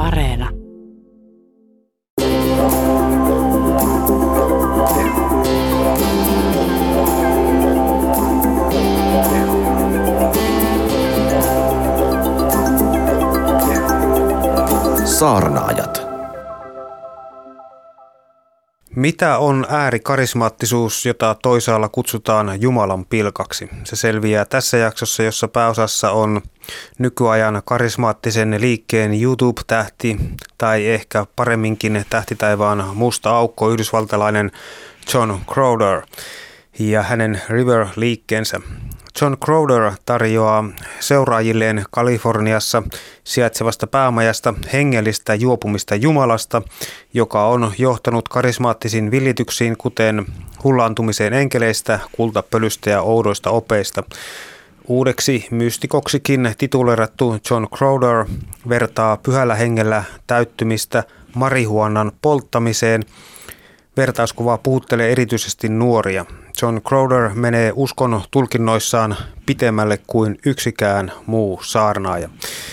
Areena. Saarnaajat. Mitä on äärikarismaattisuus, jota toisaalla kutsutaan Jumalan pilkaksi? Se selviää tässä jaksossa, jossa pääosassa on nykyajan karismaattisen liikkeen YouTube-tähti tai ehkä paremminkin tähtitaivaan musta aukko yhdysvaltalainen John Crowder ja hänen River-liikkeensä. John Crowder tarjoaa seuraajilleen Kaliforniassa sijaitsevasta päämajasta hengellistä juopumista Jumalasta, joka on johtanut karismaattisiin villityksiin, kuten hullaantumiseen enkeleistä, kultapölystä ja oudoista opeista. Uudeksi mystikoksikin tituleerattu John Crowder vertaa pyhällä hengellä täyttymistä marihuonan polttamiseen. Vertauskuva puhuttelee erityisesti nuoria. John Crowder menee uskon tulkinnoissaan pitemmälle kuin yksikään muu saarnaaja.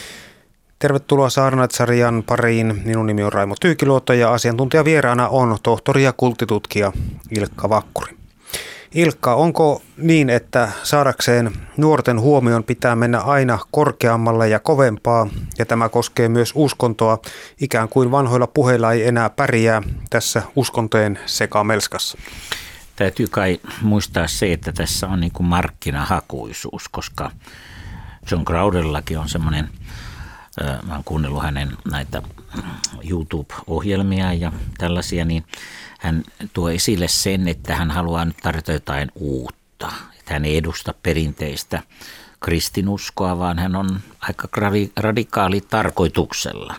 Tervetuloa Saarnaajat-sarjan pariin. Minun nimi on Raimo Tyykiluoto ja asiantuntijavieraana on tohtori ja kulttitutkija Ilkka Vakkuri. Ilkka, onko niin, että saadakseen nuorten huomion pitää mennä aina korkeammalle ja kovempaa, ja tämä koskee myös uskontoa, ikään kuin vanhoilla puheilla ei enää pärjää tässä uskontojen sekamelskassa? Täytyy kai muistaa se, että tässä on niin kuin markkinahakuisuus, koska John Crowderillakin on semmoinen, mä oon kuunnellut hänen näitä YouTube-ohjelmia ja tällaisia, niin hän tuo esille sen, että hän haluaa nyt tarjota jotain uutta. Että hän ei edusta perinteistä kristinuskoa, vaan hän on aika radikaali tarkoituksella.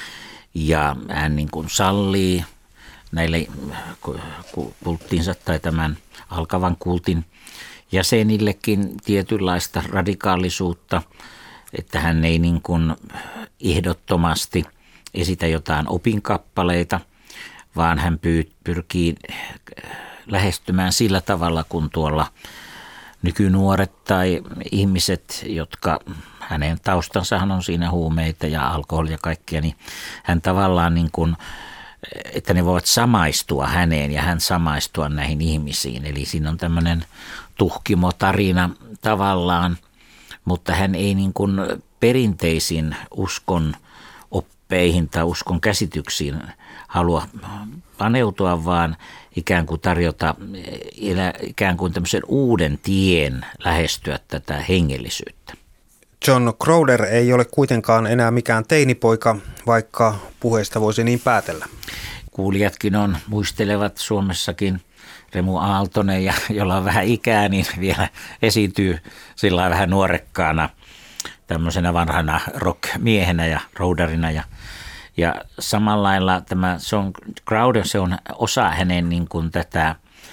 Ja hän niin kuin sallii näille kulttiinsa tai tämän alkavan kultin jäsenillekin tietynlaista radikaalisuutta, että hän ei niin kuin ehdottomasti esitä jotain opinkappaleita, vaan hän pyrkii lähestymään sillä tavalla, kun tuolla nykynuoret tai ihmiset, jotka hänen taustansahan on siinä huumeita ja alkoholia ja kaikkea, niin hän tavallaan niin kuin, että ne voivat samaistua häneen ja hän samaistua näihin ihmisiin. Eli siinä on tämmöinen tuhkimotarina tavallaan, mutta hän ei niin kuin perinteisin uskon oppeihin tai uskon käsityksiin halua paneutua, vaan ikään kuin tarjota ikään kuin tämmöisen uuden tien lähestyä tätä hengellisyyttä. John Crowder ei ole kuitenkaan enää mikään teinipoika, vaikka puheesta voisi niin päätellä. Kuulijatkin muistelevat Suomessakin Remu Aaltonen, ja jolla on vähän ikää, niin vielä esiintyy sillä vähän nuorekkaana tämmöisenä vanhana rock-miehenä ja roudarina. Ja samalla lailla tämä John Crowder, se on osa hänen niin kuin tätä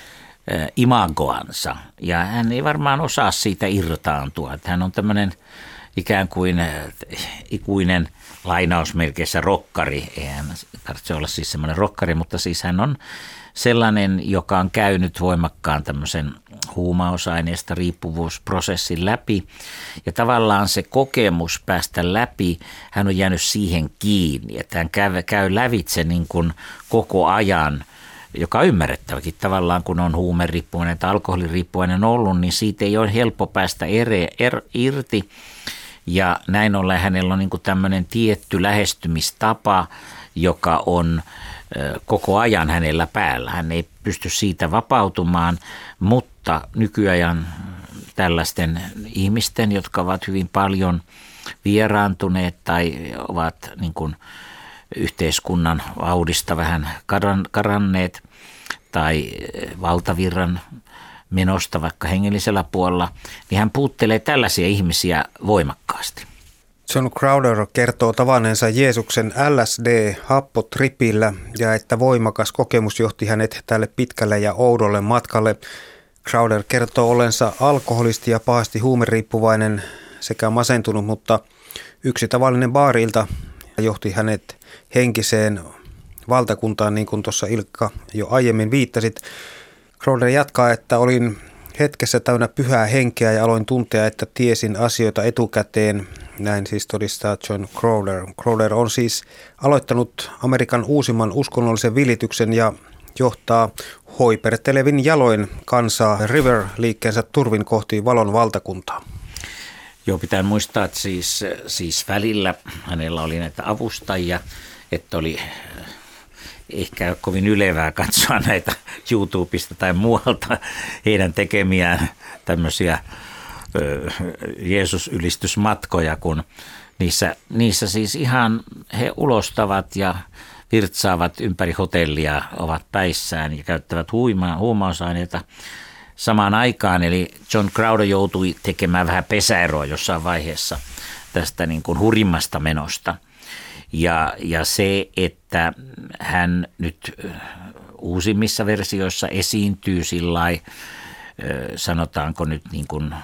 imagoansa. Ja hän ei varmaan osaa siitä irtaantua. Että hän on tämmöinen ikään kuin ikuinen lainausmerkeissä rokkari. Ei hän tarvitse olla siis semmoinen rokkari, mutta siis hän on sellainen, joka on käynyt voimakkaan tämmöisen huumausaineesta riippuvuusprosessin läpi. Ja tavallaan se kokemus päästä läpi, hän on jäänyt siihen kiinni, että hän käy lävitse niin kuin koko ajan, joka on ymmärrettäväkin tavallaan, kun on huumeriippuvainen tai alkoholiriippuvainen ollut, niin siitä ei ole helppo päästä irti. Ja näin ollen hänellä on niin kuin tämmöinen tietty lähestymistapa, joka on koko ajan hänellä päällä. Hän ei pysty siitä vapautumaan, mutta nykyajan tällaisten ihmisten, jotka ovat hyvin paljon vieraantuneet tai ovat niin kuin yhteiskunnan vauhdista vähän karanneet tai valtavirran menosta vaikka hengellisellä puolella, niin hän puuttelee tällaisia ihmisiä voimakkaasti. John Crowder kertoo tavanneensa Jeesuksen LSD-happotripillä ja että voimakas kokemus johti hänet tälle pitkälle ja oudolle matkalle. Crowder kertoo ollensa alkoholisti ja pahasti huumeriippuvainen sekä masentunut, mutta yksi tavallinen baarilta johti hänet henkiseen valtakuntaan, niin kuin tuossa Ilkka jo aiemmin viittasit. Crowder jatkaa, että olin hetkessä täynnä pyhää henkeä ja aloin tuntea, että tiesin asioita etukäteen. Näin siis todistaa John Crowder. Crowder on siis aloittanut Amerikan uusimman uskonnollisen vilityksen ja johtaa hoipertelevin jaloin kansaa River-liikkeensä turvin kohti valon valtakuntaa. Joo, pitää muistaa, että siis välillä hänellä oli näitä avustajia, että oli ehkä kovin ylevää katsoa näitä YouTubesta tai muualta heidän tekemiään tämmöisiä Jeesus-ylistysmatkoja, kun niissä siis ihan he ulostavat ja virtsaavat ympäri hotellia, ovat päissään ja käyttävät huumausaineita samaan aikaan. Eli John Crowder joutui tekemään vähän pesäeroa jossain vaiheessa tästä niin kuin hurjimmasta menosta. Ja se, että hän nyt uusimmissa versioissa esiintyy sillai, sanotaanko nyt niin kuin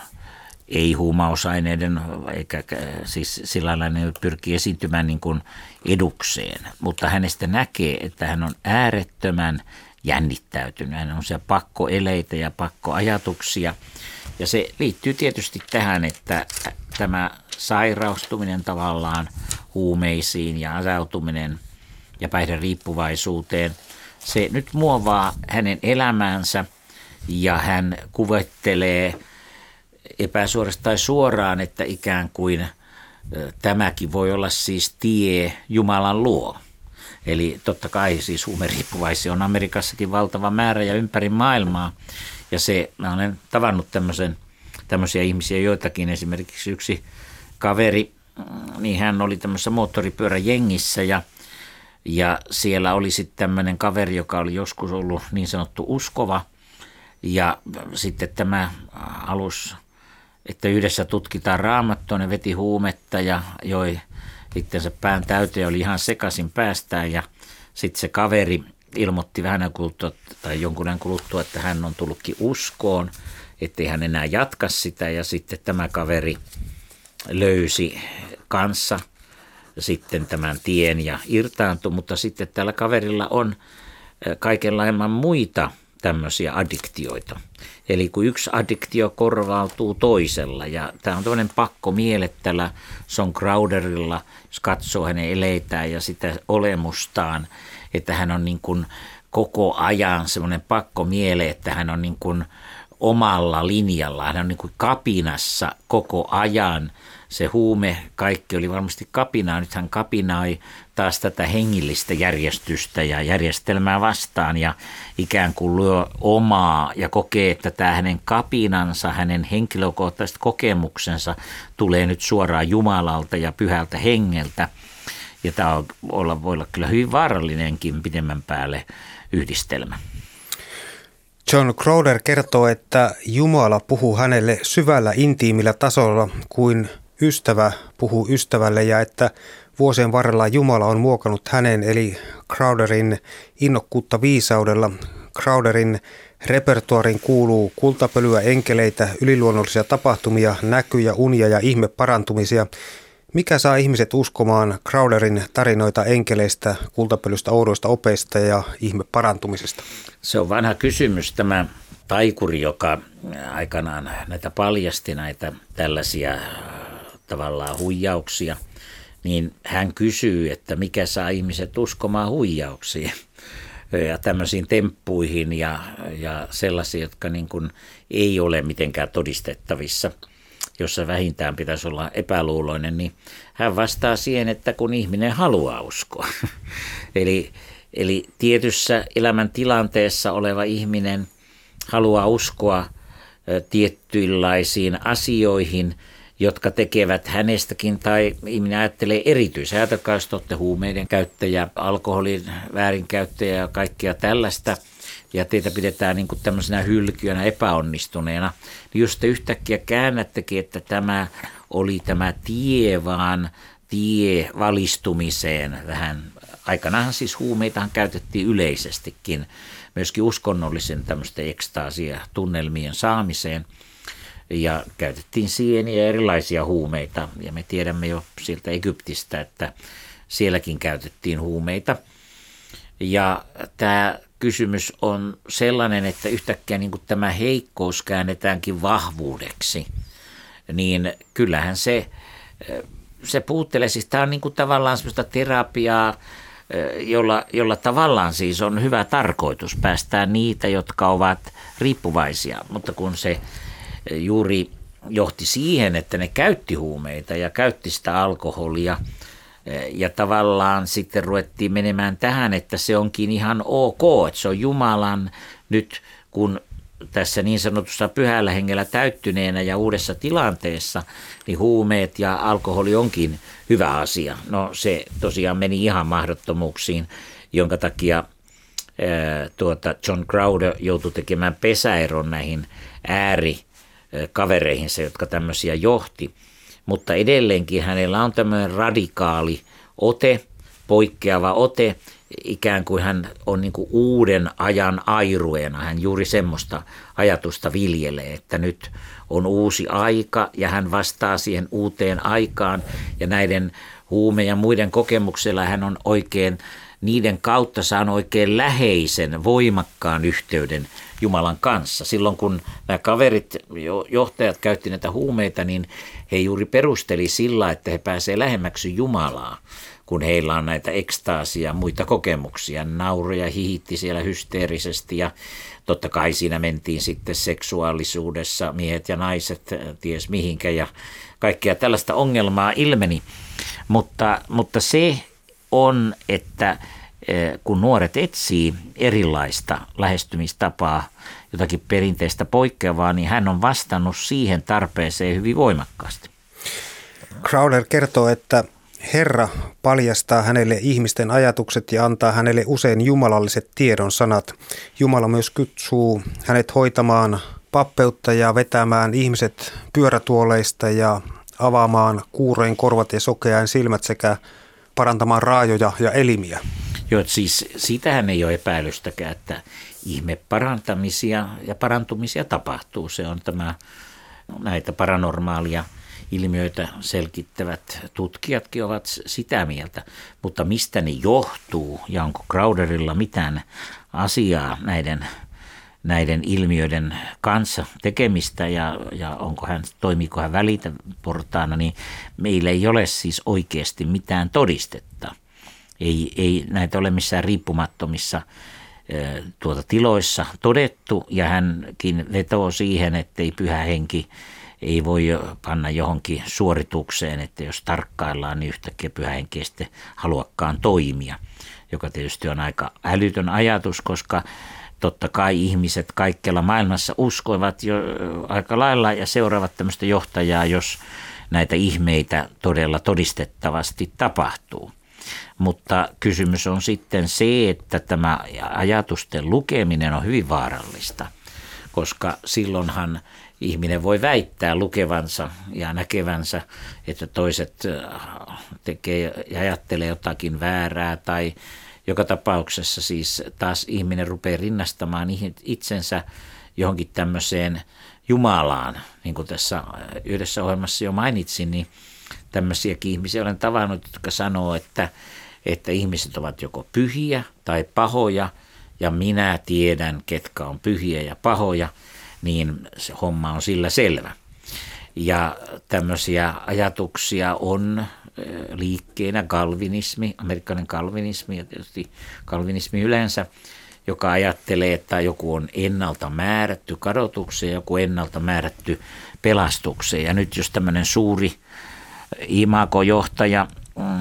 ei-huumausaineiden, eikä siis sillä lailla pyrkii esiintymään niin kuin edukseen, mutta hänestä näkee, että hän on äärettömän jännittäytynyt. Hän on siellä pakkoeleitä ja pakkoajatuksia ja se liittyy tietysti tähän, että tämä sairaustuminen tavallaan huumeisiin ja asautuminen ja päihderiippuvaisuuteen, se nyt muovaa hänen elämäänsä ja hän kuvittelee epäsuorasti tai suoraan, että ikään kuin tämäkin voi olla siis tie Jumalan luo. Eli totta kai siis huumeriippuvaisia on Amerikassakin valtava määrä ja ympäri maailmaa. Ja mä olen tavannut tämmöisiä ihmisiä joitakin, esimerkiksi yksi kaveri, niin hän oli tämmöisessä moottoripyöräjengissä ja siellä oli sitten tämmöinen kaveri, joka oli joskus ollut niin sanottu uskova ja sitten tämä alus, että yhdessä tutkitaan Raamattua, ne veti huumetta ja joi itsensä pään täyteen, oli ihan sekaisin päästään ja sitten se kaveri ilmoitti vähän kuluttua tai jonkun ajan kuluttua, että hän on tullutkin uskoon, ettei hän enää jatka sitä ja sitten tämä kaveri löysi kanssa sitten tämän tien ja irtaantui, mutta sitten tällä kaverilla on kaikenlainen muita tämmöisiä addiktioita. Eli kun yksi addiktio korvautuu toisella ja tämä on toinen pakko miele tällä John Crowderilla, jos katsoo hänen eleitään ja sitä olemustaan, että hän on niin kuin koko ajan semmoinen pakko miele, että hän on niin kuin omalla linjallaan, hän on niin kuin kapinassa koko ajan. Se huume, kaikki oli varmasti kapinaa, nyt hän kapinoi taas tätä hengillistä järjestystä ja järjestelmää vastaan ja ikään kuin lyö omaa ja kokee, että tämä hänen kapinansa, hänen henkilökohtaiset kokemuksensa tulee nyt suoraan Jumalalta ja pyhältä hengeltä. Ja tämä voi olla kyllä hyvin vaarallinenkin pidemmän päälle yhdistelmä. John Crowder kertoo, että Jumala puhuu hänelle syvällä intiimillä tasolla kuin ystävä puhuu ystävälle ja että vuosien varrella Jumala on muokannut hänen eli Crowderin innokkuutta viisaudella. Crowderin repertuariin kuuluu kultapölyä, enkeleitä, yliluonnollisia tapahtumia, näkyjä, unia ja ihmeparantumisia. Mikä saa ihmiset uskomaan Crowderin tarinoita enkeleistä, kultapölystä, oudoista opeista ja ihmeparantumisesta? Se on vanha kysymys. Tämä taikuri, joka aikanaan näitä paljasti, näitä tällaisia tavallaan huijauksia, niin hän kysyy, että mikä saa ihmiset uskomaan huijauksiin ja tämmöisiin temppuihin ja sellaisiin, jotka niin kuin ei ole mitenkään todistettavissa, jossa vähintään pitäisi olla epäluuloinen, niin hän vastaa siihen, että kun ihminen haluaa uskoa. Eli tietyssä elämäntilanteessa oleva ihminen haluaa uskoa tiettyinlaisiin asioihin, jotka tekevät hänestäkin, tai ihminen ajattelee erityisen. Ajatelkaa, jos olette huumeiden käyttäjä, alkoholin väärinkäyttäjä ja kaikkea tällaista, ja teitä pidetään niin kuin tämmöisenä hylkyönä, epäonnistuneena, niin jos te yhtäkkiä käännättekin, että tämä oli tämä tie valistumiseen vähän. Aikanaanhan siis huumeitahan käytettiin yleisestikin, myöskin uskonnollisen tämmöistä ekstaasia tunnelmien saamiseen. Ja käytettiin sieniä ja erilaisia huumeita. Ja me tiedämme jo sieltä Egyptistä, että sielläkin käytettiin huumeita. Ja tämä kysymys on sellainen, että yhtäkkiä niin kuin tämä heikkous käännetäänkin vahvuudeksi, niin kyllähän se puuttelee. Siis tämä on niin kuin tavallaan sellaista terapiaa, jolla tavallaan siis on hyvä tarkoitus päästää niitä, jotka ovat riippuvaisia, mutta kun se juuri johti siihen, että ne käytti huumeita ja käytti sitä alkoholia ja tavallaan sitten ruvettiin menemään tähän, että se onkin ihan ok, että se on Jumalan nyt, kun tässä niin sanotussa pyhällä hengellä täyttyneenä ja uudessa tilanteessa, niin huumeet ja alkoholi onkin hyvä asia. No se tosiaan meni ihan mahdottomuuksiin, jonka takia John Crowder joutui tekemään pesäeron näihin äärikavereihinsa, jotka tämmöisiä johti. Mutta edelleenkin hänellä on tämmöinen radikaali ote, poikkeava ote, ikään kuin hän on niin kuin uuden ajan airueena. Hän juuri semmoista ajatusta viljelee, että nyt on uusi aika ja hän vastaa siihen uuteen aikaan. Ja näiden huume- ja muiden kokemuksella hän on oikein, niiden kautta saanut oikein läheisen, voimakkaan yhteyden Jumalan kanssa. Silloin kun nämä kaverit, johtajat käytti näitä huumeita, niin he juuri perusteli sillä, että he pääsevät lähemmäksi Jumalaa, kun heillä on näitä ekstaasia ja muita kokemuksia. Nauroja hihitti siellä hysteerisesti ja totta kai siinä mentiin sitten seksuaalisuudessa, miehet ja naiset ties mihinkä ja kaikkea tällaista ongelmaa ilmeni. Mutta se on, että kun nuoret etsii erilaista lähestymistapaa, jotakin perinteistä poikkeavaa, niin hän on vastannut siihen tarpeeseen hyvin voimakkaasti. Crowder kertoo, että Herra paljastaa hänelle ihmisten ajatukset ja antaa hänelle usein jumalalliset tiedon sanat. Jumala myös kutsuu hänet hoitamaan pappeutta ja vetämään ihmiset pyörätuoleista ja avaamaan kuurojen korvat ja sokeain silmät sekä parantamaan raajoja ja elimiä. Joo, siis siitähän ei ole epäilystäkään, että ihme parantamisia ja parantumisia tapahtuu. Se on näitä paranormaalia ilmiöitä selkittävät tutkijatkin ovat sitä mieltä, mutta mistä ne johtuu ja onko Crowderilla mitään asiaa näiden ilmiöiden kanssa tekemistä ja toimiiko hän väliportaana, niin meillä ei ole siis oikeasti mitään todistetta. Ei näitä ole missään riippumattomissa tiloissa todettu ja hänkin vetoo siihen, ettei pyhä henki ei voi panna johonkin suoritukseen, että jos tarkkaillaan, niin yhtäkkiä pyhä henki ei sitten haluakaan toimia, joka tietysti on aika älytön ajatus, koska totta kai ihmiset kaikkialla maailmassa uskoivat jo aika lailla ja seuraavat tämmöistä johtajaa, jos näitä ihmeitä todella todistettavasti tapahtuu. Mutta kysymys on sitten se, että tämä ajatusten lukeminen on hyvin vaarallista, koska silloinhan ihminen voi väittää lukevansa ja näkevänsä, että toiset tekee ja ajattelee jotakin väärää tai joka tapauksessa siis taas ihminen rupeaa rinnastamaan itsensä johonkin tämmöiseen Jumalaan. Niin kuin tässä yhdessä ohjelmassa jo mainitsin, niin tämmöisiäkin ihmisiä olen tavannut, jotka sanoo, että ihmiset ovat joko pyhiä tai pahoja ja minä tiedän, ketkä on pyhiä ja pahoja, niin se homma on sillä selvä. Ja tämmöisiä ajatuksia on liikkeenä kalvinismi, amerikkalainen kalvinismi ja tietysti kalvinismi yleensä, joka ajattelee, että joku on ennalta määrätty kadotukseen ja joku ennalta määrätty pelastukseen. Ja nyt jos tämmöinen suuri imagojohtaja,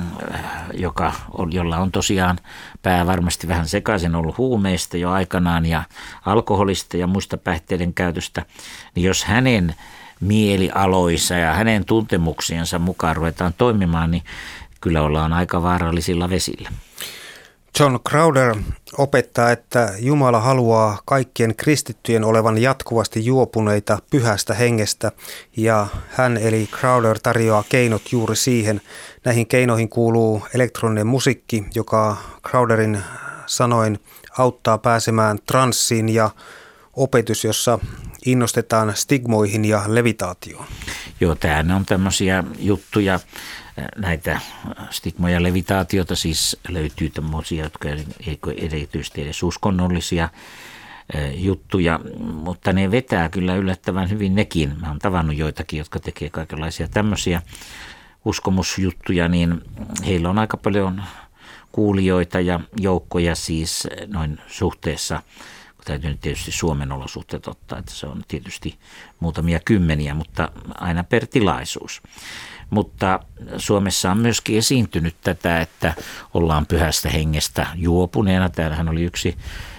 jolla on tosiaan pää varmasti vähän sekaisin ollut huumeista jo aikanaan ja alkoholista ja muista päihteiden käytöstä, niin jos hänen mielialoissa ja hänen tuntemuksiensa mukaan ruvetaan toimimaan, niin kyllä ollaan aika vaarallisilla vesillä. John Crowder opettaa, että Jumala haluaa kaikkien kristittyjen olevan jatkuvasti juopuneita pyhästä hengestä ja hän eli Crowder tarjoaa keinot juuri siihen. Näihin keinoihin kuuluu elektroninen musiikki, joka Crowderin sanoin auttaa pääsemään transsiin ja opetus, jossa innostetaan stigmoihin ja levitaatioon. Joo, tämähän on tämmöisiä juttuja, näitä stigmoja levitaatiota, siis löytyy tämmöisiä, jotka ei erityisesti edes uskonnollisia juttuja, mutta ne vetää kyllä yllättävän hyvin nekin. Mä oon tavannut joitakin, jotka tekee kaikenlaisia tämmöisiä uskomusjuttuja, niin heillä on aika paljon kuulijoita ja joukkoja siis noin suhteessa, kun täytyy nyt tietysti Suomen olosuhteet ottaa, että se on tietysti muutamia kymmeniä, mutta aina per tilaisuus. Mutta Suomessa on myöskin esiintynyt tätä, että ollaan pyhästä hengestä juopuneena. Täällähän oli yksi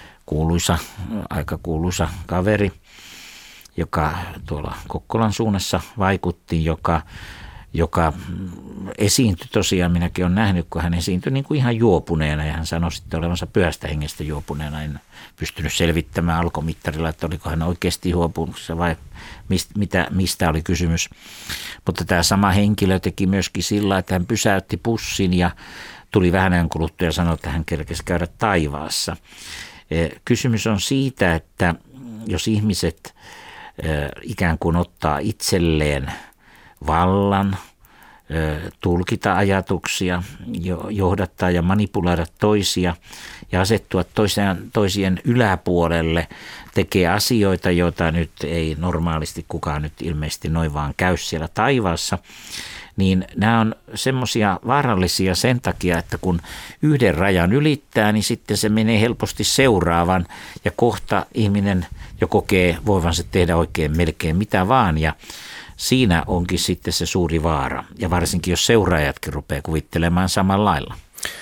aika kuuluisa kaveri, joka tuolla Kokkolan suunnassa vaikutti, joka esiintyi tosiaan, minäkin olen nähnyt, kun hän esiintyi niin kuin ihan juopuneena ja hän sanoi sitten olevansa pyhästä hengestä juopuneena. En pystynyt selvittämään alkomittarilla, että oliko hän oikeasti juopunut vai mistä oli kysymys. Mutta tämä sama henkilö teki myöskin sillä, että hän pysäytti pussin ja tuli vähän ajan kuluttua ja sanoi, että hän kerkesi käydä taivaassa. Kysymys on siitä, että jos ihmiset ikään kuin ottaa itselleen vallan, tulkita ajatuksia, johdattaa ja manipuloida toisia ja asettua toisien yläpuolelle, tekee asioita, joita nyt ei normaalisti kukaan nyt ilmeisesti noin vaan käy siellä taivaassa, niin nämä on semmoisia vaarallisia sen takia, että kun yhden rajan ylittää, niin sitten se menee helposti seuraavan ja kohta ihminen jo kokee voivansa tehdä oikein melkein mitä vaan ja siinä onkin sitten se suuri vaara, ja varsinkin jos seuraajatkin rupeaa kuvittelemaan samalla lailla.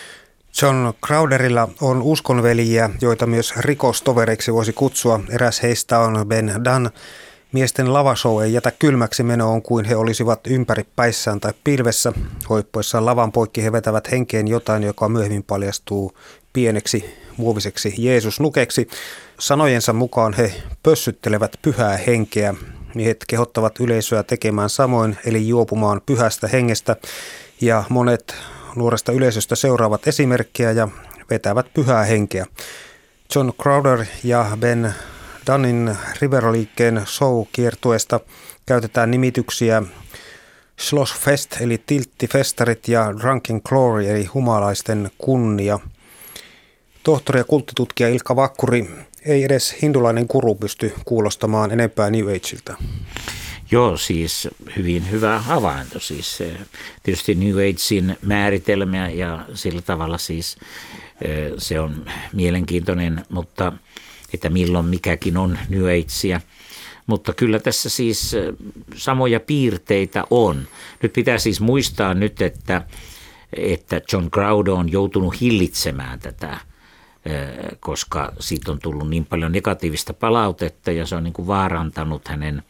John Crowderilla on uskonveljiä, joita myös rikostovereiksi voisi kutsua. Eräs heistä on Ben Dunn. Miesten lavashow ei jätä kylmäksi menoon kuin he olisivat ympäri päissään tai pilvessä. Hoippoissaan lavan poikki he vetävät henkeen jotain, joka myöhemmin paljastuu pieneksi muoviseksi Jeesus-nukeksi. Sanojensa mukaan he pössyttelevät pyhää henkeä. Miehet kehottavat yleisöä tekemään samoin, eli juopumaan pyhästä hengestä, ja monet nuoresta yleisöstä seuraavat esimerkkiä ja vetävät pyhää henkeä. John Crowder ja Ben Dunnin Rivera-liikkeen show-kiertueesta käytetään nimityksiä Schlossfest eli tilttifestarit ja Drunken Glory eli humalaisten kunnia. Tohtori ja kulttitutkija Ilkka Vakkuri, ei edes hindulainen guru pysty kuulostamaan enempää New Ageilta. Joo, siis hyvin hyvä havainto. Siis tietysti New Agein määritelmä ja sillä tavalla siis se on mielenkiintoinen, mutta että milloin mikäkin on New Agea. Mutta kyllä tässä siis samoja piirteitä on. Nyt pitää siis muistaa nyt, että John Crowder on joutunut hillitsemään tätä, koska siitä on tullut niin paljon negatiivista palautetta ja se on niin kuin vaarantanut hänen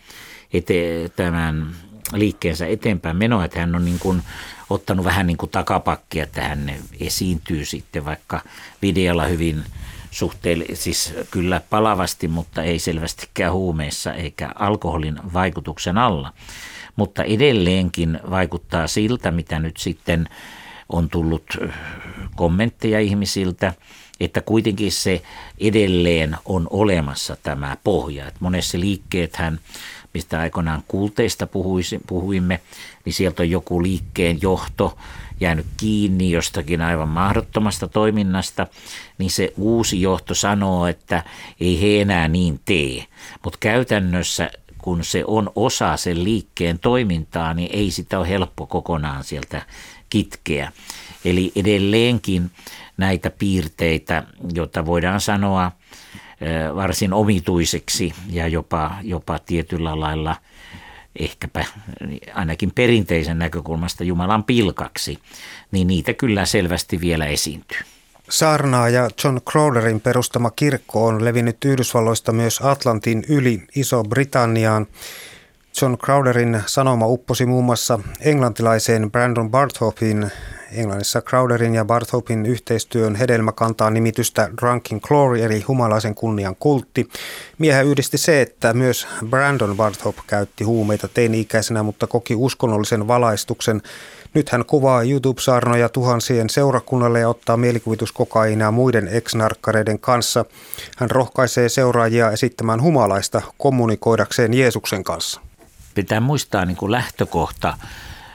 tämän liikkeensä eteenpäin menoa, että hän on niin kuin ottanut vähän niin kuin takapakkia, että hän esiintyy sitten vaikka videolla hyvin siis kyllä palavasti, mutta ei selvästikään huumeissa eikä alkoholin vaikutuksen alla. Mutta edelleenkin vaikuttaa siltä, mitä nyt sitten on tullut kommentteja ihmisiltä, että kuitenkin se edelleen on olemassa tämä pohja. Että monessa liikkeethän, mistä aikoinaan kulteista puhuimme, niin sieltä on joku liikkeen johto jäänyt kiinni jostakin aivan mahdottomasta toiminnasta, niin se uusi johto sanoo, että ei he enää niin tee. Mutta käytännössä, kun se on osa sen liikkeen toimintaa, niin ei sitä ole helppo kokonaan sieltä kitkeä. Eli edelleenkin näitä piirteitä, joita voidaan sanoa varsin omituiseksi ja jopa tietyllä lailla ehkäpä ainakin perinteisen näkökulmasta Jumalan pilkaksi, niin niitä kyllä selvästi vielä esiintyy. Saarnaaja John Crowderin perustama kirkko on levinnyt Yhdysvalloista myös Atlantin yli Iso-Britanniaan. John Crowderin sanoma upposi muun muassa englantilaiseen Brandon Barthopin. Englannissa Crowderin ja Barthopin yhteistyön hedelmä kantaa nimitystä Drunken Glory eli humalaisen kunnian kultti. Miehen yhdisti se, että myös Brandon Barthop käytti huumeita teini-ikäisenä, mutta koki uskonnollisen valaistuksen. Nyt hän kuvaa YouTube-saarnoja tuhansien seurakunnalle ja ottaa mielikuvituskokaiinaa muiden ex-narkkareiden kanssa. Hän rohkaisee seuraajia esittämään humalaista kommunikoidakseen Jeesuksen kanssa. Pitää muistaa niin kuin lähtökohta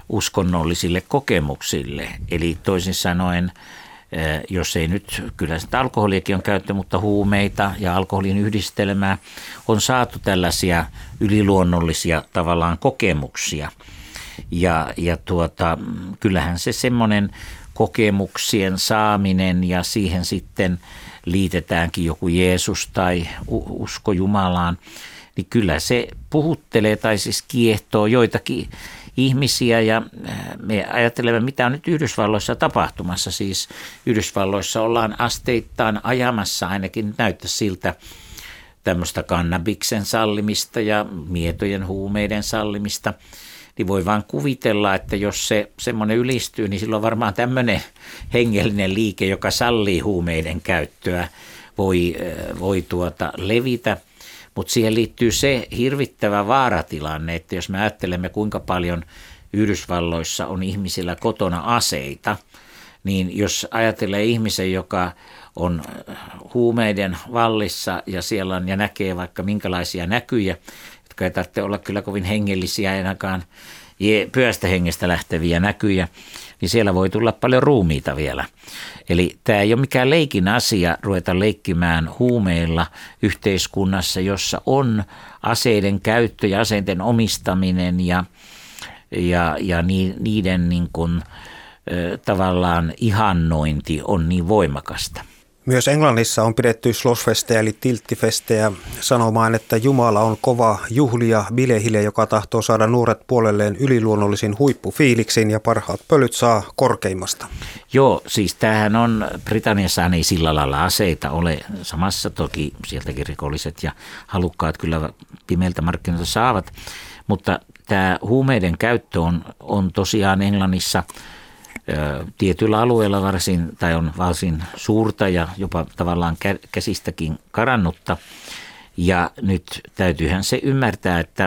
uskonnollisille kokemuksille. Eli toisin sanoen, jos ei nyt, kyllä sitä alkoholiakin on käytetty, mutta huumeita ja alkoholin yhdistelmää on saatu tällaisia yliluonnollisia tavallaan kokemuksia. Ja kyllähän se semmoinen kokemuksien saaminen ja siihen sitten liitetäänkin joku Jeesus tai usko Jumalaan, niin kyllä se puhuttelee tai siis kiehtoo joitakin ihmisiä ja me ajattelemme, mitä on nyt Yhdysvalloissa tapahtumassa. Siis Yhdysvalloissa ollaan asteittain ajamassa, ainakin näyttää siltä, tämmöistä kannabiksen sallimista ja mietojen huumeiden sallimista. Niin voi vaan kuvitella, että jos se semmoinen ylistyy, niin silloin varmaan tämmöinen hengellinen liike, joka sallii huumeiden käyttöä, voi levitä. Mutta siihen liittyy se hirvittävä vaaratilanne, että jos me ajattelemme, kuinka paljon Yhdysvalloissa on ihmisillä kotona aseita, niin jos ajattelee ihmisen, joka on huumeiden vallissa ja siellä on ja näkee vaikka minkälaisia näkyjä, jotka ei tarvitse olla kyllä kovin hengellisiä, ainakaan pyhästä hengestä lähteviä näkyjä, niin siellä voi tulla paljon ruumiita vielä. Eli tämä ei ole mikään leikin asia ruveta leikkimään huumeilla yhteiskunnassa, jossa on aseiden käyttö ja aseiden omistaminen ja niiden niin kuin, tavallaan ihannointi on niin voimakasta. Myös Englannissa on pidetty slosfestejä eli tilttifestejä sanomaan, että Jumala on kova juhlija bilehille, joka tahtoo saada nuoret puolelleen yliluonnollisin huippufiiliksin ja parhaat pölyt saa korkeimmasta. Joo, siis tämähän on, Britanniassa ei sillä lailla aseita ole samassa, toki sieltäkin rikolliset ja halukkaat kyllä pimeiltä markkinoilta saavat, mutta tämä huumeiden käyttö on tosiaan Englannissa tietyillä alueilla varsin suurta ja jopa tavallaan käsistäkin karannutta. Ja nyt täytyyhän se ymmärtää, että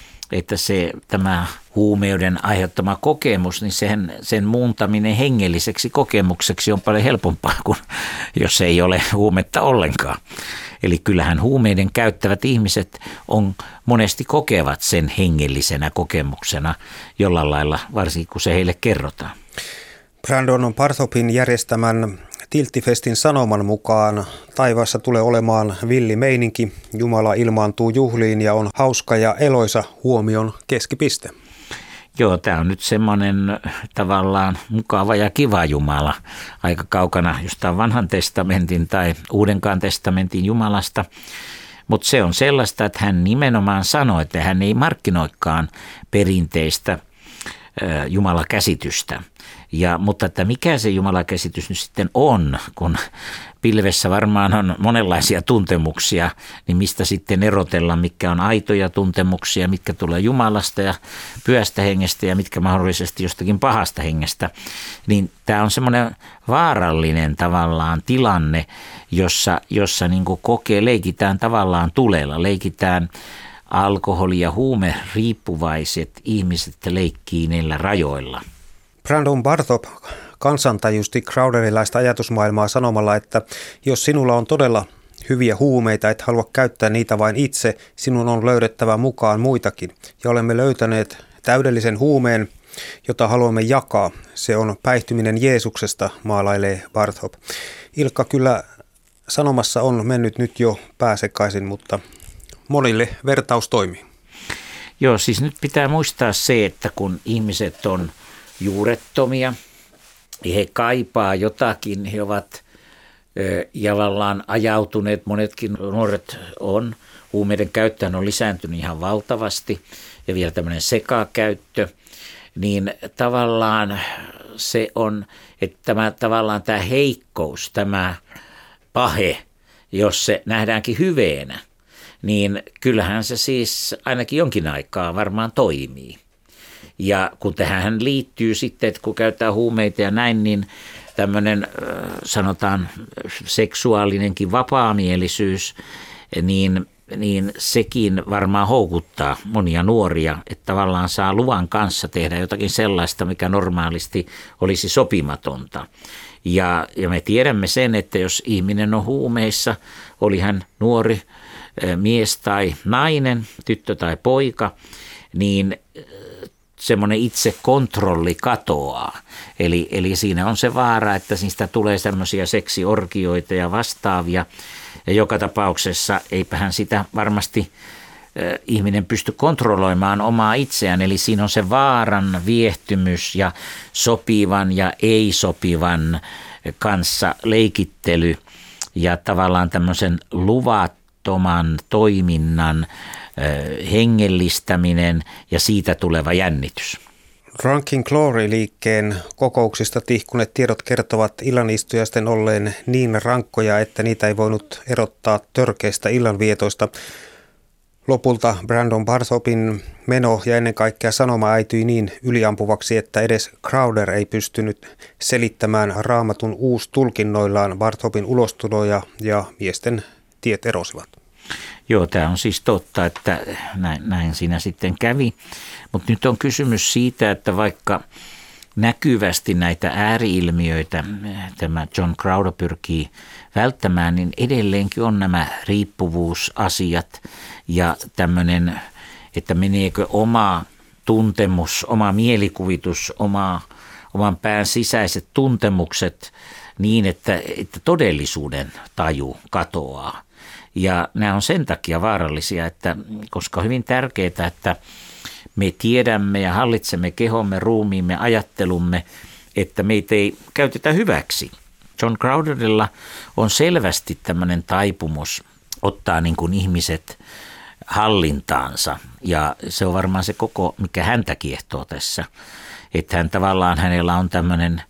tämä huumeuden aiheuttama kokemus, niin sen muuntaminen hengelliseksi kokemukseksi on paljon helpompaa kuin jos ei ole huumetta ollenkaan. Eli kyllähän huumeiden käyttävät ihmiset monesti kokevat sen hengellisenä kokemuksena jollain lailla, varsinkin kun se heille kerrotaan. Brandon Barthopin järjestämän Tilttifestin sanoman mukaan taivaassa tulee olemaan villi meininki, Jumala ilmaantuu juhliin ja on hauska ja eloisa huomion keskipiste. Joo, tämä on nyt semmoinen tavallaan mukava ja kiva Jumala, aika kaukana jostain vanhan testamentin tai uudenkaan testamentin Jumalasta. Mutta se on sellaista, että hän nimenomaan sanoi, että hän ei markkinoikaan perinteistä Jumalakäsitystä. Mutta että mikä se Jumalakäsitys nyt sitten on, kun pilvessä varmaan on monenlaisia tuntemuksia, niin mistä sitten erotella, mitkä on aitoja tuntemuksia, mitkä tulee Jumalasta ja pyhästä hengestä ja mitkä mahdollisesti jostakin pahasta hengestä. Niin tämä on semmoinen vaarallinen tavallaan tilanne, jossa niin kuin leikitään tavallaan tulella, leikitään alkoholi- ja huumeriippuvaiset ihmiset leikkii niillä rajoilla. Brandon Barthop kansantajusti Crowderilaista ajatusmaailmaa sanomalla, että jos sinulla on todella hyviä huumeita, et halua käyttää niitä vain itse, sinun on löydettävä mukaan muitakin. Ja olemme löytäneet täydellisen huumeen, jota haluamme jakaa. Se on päihtyminen Jeesuksesta, maalailee Barthop. Ilkka, kyllä sanomassa on mennyt nyt jo pääsekaisin, mutta monille vertaus toimii. Joo, siis nyt pitää muistaa se, että kun ihmiset on juurettomia, he kaipaa jotakin, he ovat jalallaan ajautuneet, monetkin nuoret on, huumeiden käyttöön on lisääntynyt ihan valtavasti ja vielä tämmöinen sekakäyttö, niin tavallaan se on, että tämä heikkous, tämä pahe, jos se nähdäänkin hyveenä, niin kyllähän se siis ainakin jonkin aikaa varmaan toimii. Ja kun tähän liittyy sitten, että kun käytetään huumeita ja näin, niin tämmöinen sanotaan seksuaalinenkin vapaamielisyys, niin sekin varmaan houkuttaa monia nuoria, että tavallaan saa luvan kanssa tehdä jotakin sellaista, mikä normaalisti olisi sopimatonta. Ja me tiedämme sen, että jos ihminen on huumeissa, oli hän nuori mies tai nainen, tyttö tai poika, niin semmoinen itsekontrolli katoaa. Eli siinä on se vaara, että niistä tulee semmoisia seksiorgioita ja vastaavia. Ja joka tapauksessa eipähän sitä varmasti ihminen pysty kontrolloimaan omaa itseään. Eli siinä on se vaaran viehtymys ja sopivan ja ei-sopivan kanssa leikittely ja tavallaan tämmöisen luvattoman toiminnan hengellistäminen ja siitä tuleva jännitys. Drunken Glory-liikkeen kokouksista tihkuneet tiedot kertovat illanistujaisten olleen niin rankkoja, että niitä ei voinut erottaa törkeistä illanvietoista. Lopulta Brandon Barthopin meno ja ennen kaikkea sanoma äityi niin yliampuvaksi, että edes Crowder ei pystynyt selittämään Raamatun uustulkinnoillaan Barthopin ulostuloja ja miesten tiet erosivat. Joo, tämä on siis totta, että näin siinä sitten kävi. Mutta nyt on kysymys siitä, että vaikka näkyvästi näitä ääriilmiöitä tämä John Crowder pyrkii välttämään, niin edelleenkin on nämä riippuvuusasiat ja tämmöinen, että meneekö oma tuntemus, oma mielikuvitus, oman pään sisäiset tuntemukset niin, että todellisuuden taju katoaa. Ja nämä on sen takia vaarallisia, että koska on hyvin tärkeää, että me tiedämme ja hallitsemme kehomme, ruumiimme, ajattelumme, että meitä ei käytetä hyväksi. John Crowderilla on selvästi tämmöinen taipumus ottaa niin kuin ihmiset hallintaansa ja se on varmaan se koko, mikä häntä kiehtoo tässä. Että hänellä on tämmöinen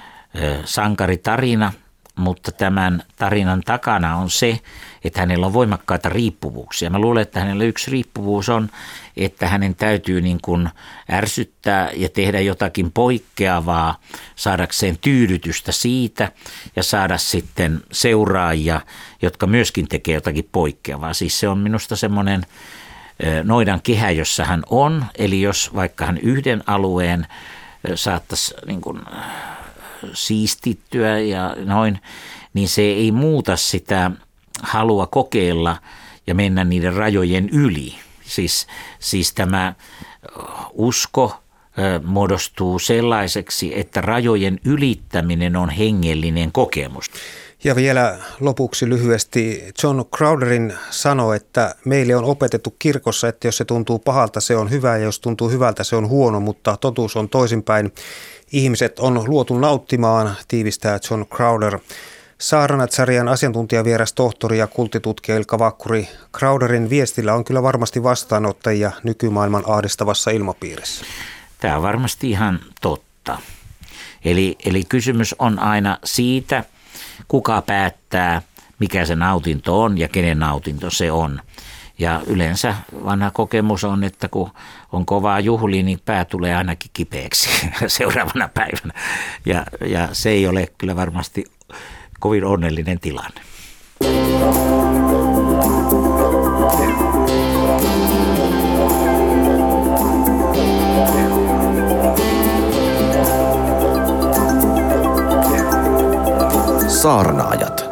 sankaritarina, mutta tämän tarinan takana on se, että hänellä on voimakkaita riippuvuuksia. Mä luulen, että hänellä yksi riippuvuus on, että hänen täytyy niin kuin ärsyttää ja tehdä jotakin poikkeavaa saadakseen tyydytystä siitä ja saada sitten seuraajia, jotka myöskin tekee jotakin poikkeavaa. Siis se on minusta semmoinen noidan kehä, jossa hän on. Eli jos vaikka hän yhden alueen saattaisi niin kuin siistittyä ja noin, niin se ei muuta sitä halua kokeilla ja mennä niiden rajojen yli. Siis tämä usko muodostuu sellaiseksi, että rajojen ylittäminen on hengellinen kokemus. Ja vielä lopuksi lyhyesti John Crowderin sanoi, että meille on opetettu kirkossa, että jos se tuntuu pahalta, se on hyvä ja jos tuntuu hyvältä, se on huono, mutta totuus on toisinpäin. Ihmiset on luotu nauttimaan, tiivistää John Crowder. Saarnat-sarjan asiantuntijavieras tohtori ja kulttitutkija Ilkka Vakkuri. Crowderin viestillä on kyllä varmasti vastaanottajia nykymaailman ahdistavassa ilmapiirissä. Tämä on varmasti ihan totta. Eli kysymys on aina siitä, kuka päättää, mikä se nautinto on ja kenen nautinto se on. Ja yleensä vanha kokemus on, että kun on kovaa juhlia, niin pää tulee ainakin kipeäksi seuraavana päivänä. Ja se ei ole kyllä varmasti kovin onnellinen tilanne. Saarnaajat.